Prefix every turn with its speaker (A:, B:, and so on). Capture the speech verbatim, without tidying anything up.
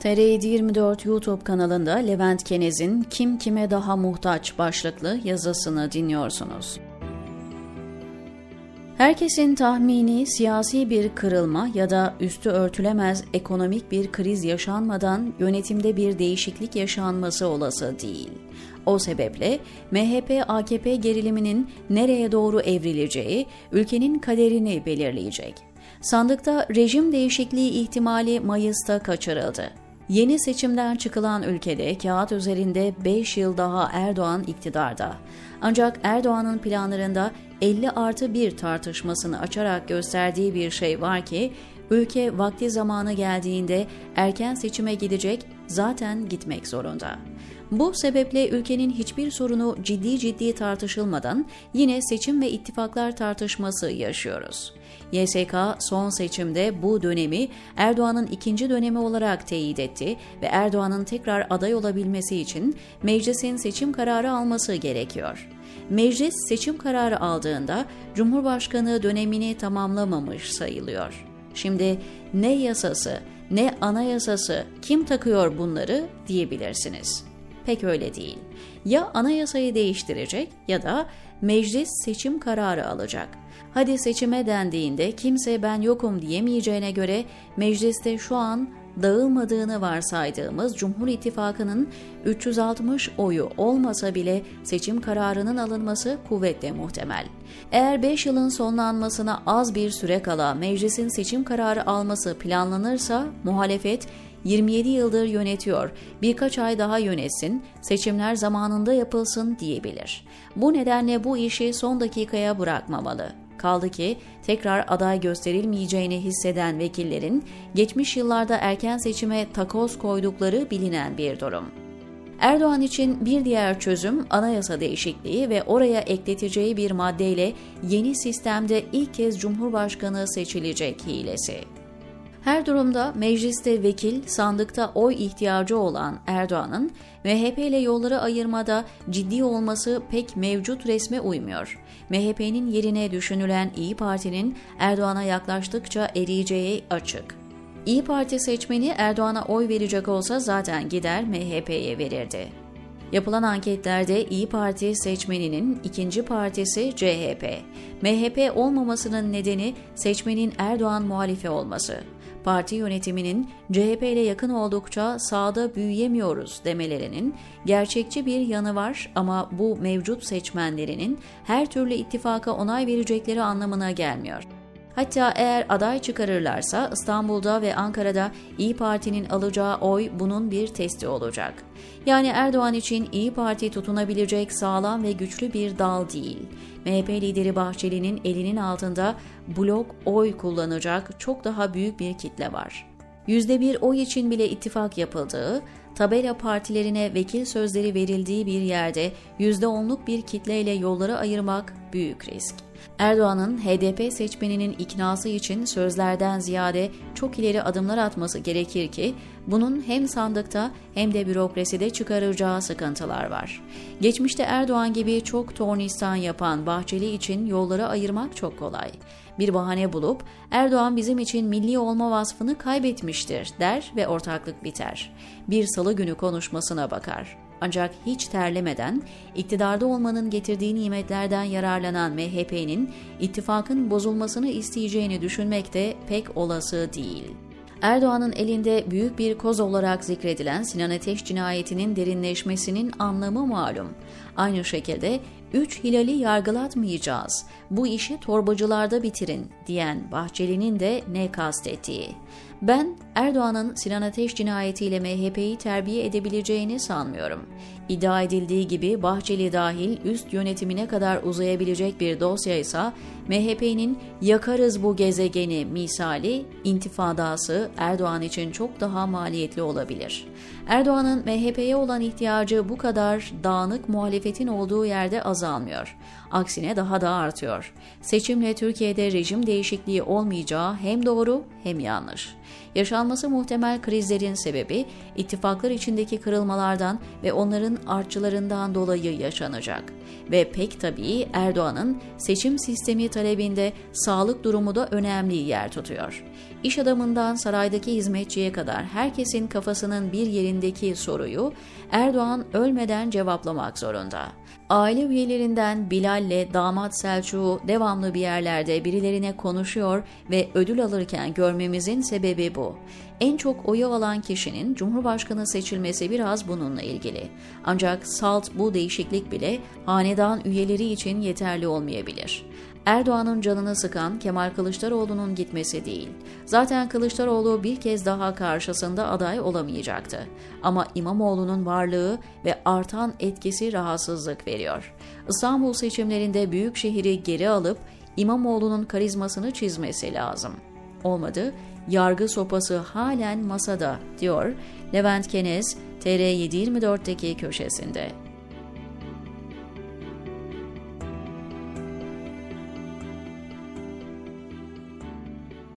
A: T R yedi yirmi dört YouTube kanalında Levent Kenez'in "Kim kime daha muhtaç" başlıklı yazısını dinliyorsunuz. Herkesin tahmini siyasi bir kırılma ya da üstü örtülemez ekonomik bir kriz yaşanmadan yönetimde bir değişiklik yaşanması olası değil. O sebeple M H P A K P geriliminin nereye doğru evrileceği ülkenin kaderini belirleyecek. Sandıkta rejim değişikliği ihtimali Mayıs'ta kaçırıldı. Yeni seçimden çıkılan ülkede kağıt üzerinde beş yıl daha Erdoğan iktidarda. Ancak Erdoğan'ın planlarında elli artı bir tartışmasını açarak gösterdiği bir şey var ki, ülke vakti zamanı geldiğinde erken seçime gidecek, zaten gitmek zorunda. Bu sebeple ülkenin hiçbir sorunu ciddi ciddi tartışılmadan yine seçim ve ittifaklar tartışması yaşıyoruz. Y S K son seçimde bu dönemi Erdoğan'ın ikinci dönemi olarak teyit etti ve Erdoğan'ın tekrar aday olabilmesi için meclisin seçim kararı alması gerekiyor. Meclis seçim kararı aldığında Cumhurbaşkanı dönemini tamamlamamış sayılıyor. Şimdi ne yasası, ne anayasası, kim takıyor bunları diyebilirsiniz. Pek öyle değil. Ya anayasayı değiştirecek ya da meclis seçim kararı alacak. Hadi seçime dendiğinde kimse ben yokum diyemeyeceğine göre mecliste şu an dağılmadığını varsaydığımız Cumhur İttifakı'nın üç yüz altmış oyu olmasa bile seçim kararının alınması kuvvetle muhtemel. Eğer beş yılın sonlanmasına az bir süre kala meclisin seçim kararı alması planlanırsa muhalefet yirmi yedi yıldır yönetiyor, birkaç ay daha yönetsin, seçimler zamanında yapılsın diyebilir. Bu nedenle bu işi son dakikaya bırakmamalı. Kaldı ki tekrar aday gösterilmeyeceğini hisseden vekillerin geçmiş yıllarda erken seçime takoz koydukları bilinen bir durum. Erdoğan için bir diğer çözüm anayasa değişikliği ve oraya ekleteceği bir maddeyle yeni sistemde ilk kez Cumhurbaşkanı seçilecek hilesi. Her durumda mecliste vekil, sandıkta oy ihtiyacı olan Erdoğan'ın M H P ile yolları ayırmada ciddi olması pek mevcut resme uymuyor. M H P'nin yerine düşünülen İyi Parti'nin Erdoğan'a yaklaştıkça eriyeceği açık. İyi Parti seçmeni Erdoğan'a oy verecek olsa zaten gider M H P'ye verirdi. Yapılan anketlerde İyi Parti seçmeninin ikinci partisi C H P. M H P olmamasının nedeni seçmenin Erdoğan muhalifi olması. Parti yönetiminin C H P ile yakın oldukça sağda büyüyemiyoruz demelerinin gerçekçi bir yanı var ama bu mevcut seçmenlerinin her türlü ittifaka onay verecekleri anlamına gelmiyor. Hatta eğer aday çıkarırlarsa İstanbul'da ve Ankara'da İyi Parti'nin alacağı oy bunun bir testi olacak. Yani Erdoğan için İyi Parti tutunabilecek sağlam ve güçlü bir dal değil. M H P lideri Bahçeli'nin elinin altında blok oy kullanacak çok daha büyük bir kitle var. Yüzde bir oy için bile ittifak yapıldığı, tabela partilerine vekil sözleri verildiği bir yerde yüzde onluk bir kitleyle yolları ayırmak büyük risk. Erdoğan'ın H D P seçmeninin iknası için sözlerden ziyade çok ileri adımlar atması gerekir ki bunun hem sandıkta hem de bürokraside çıkaracağı sıkıntılar var. Geçmişte Erdoğan gibi çok tornistan yapan Bahçeli için yolları ayırmak çok kolay. Bir bahane bulup Erdoğan bizim için milli olma vasfını kaybetmiştir der ve ortaklık biter. Bir salı günü konuşmasına bakar. Ancak hiç terlemeden, iktidarda olmanın getirdiği nimetlerden yararlanan M H P'nin ittifakın bozulmasını isteyeceğini düşünmek de pek olası değil. Erdoğan'ın elinde büyük bir koz olarak zikredilen Sinan Ateş cinayetinin derinleşmesinin anlamı malum. Aynı şekilde üç hilali yargılatmayacağız, bu işi torbacılarda bitirin diyen Bahçeli'nin de ne kastettiği. Ben Erdoğan'ın Sinan Ateş cinayetiyle M H P'yi terbiye edebileceğini sanmıyorum. İddia edildiği gibi Bahçeli dahil üst yönetimine kadar uzayabilecek bir dosya ise M H P'nin yakarız bu gezegeni misali intifadası Erdoğan için çok daha maliyetli olabilir. Erdoğan'ın M H P'ye olan ihtiyacı bu kadar dağınık muhalefetin olduğu yerde azalmıyor. Aksine daha da artıyor. Seçimle Türkiye'de rejim değişikliği olmayacağı hem doğru hem yanlış. Yaşanması muhtemel krizlerin sebebi ittifaklar içindeki kırılmalardan ve onların artçılarından dolayı yaşanacak. Ve pek tabii Erdoğan'ın seçim sistemi talebinde sağlık durumu da önemli yer tutuyor. İş adamından saraydaki hizmetçiye kadar herkesin kafasının bir yerindeki soruyu Erdoğan ölmeden cevaplamak zorunda. Aile üyelerinden Bilal'le damat Selçuk'u devamlı bir yerlerde birilerine konuşuyor ve ödül alırken görmemizin sebebi bu. En çok oyu alan kişinin Cumhurbaşkanı seçilmesi biraz bununla ilgili. Ancak salt bu değişiklik bile hanedan üyeleri için yeterli olmayabilir. Erdoğan'ın canını sıkan Kemal Kılıçdaroğlu'nun gitmesi değil. Zaten Kılıçdaroğlu bir kez daha karşısında aday olamayacaktı. Ama İmamoğlu'nun varlığı ve artan etkisi rahatsızlık veriyor. İstanbul seçimlerinde büyük şehri geri alıp İmamoğlu'nun karizmasını çizmesi lazım. Olmadı, yargı sopası halen masada, diyor Levent Kenez T R yedi yirmi dörtteki köşesinde.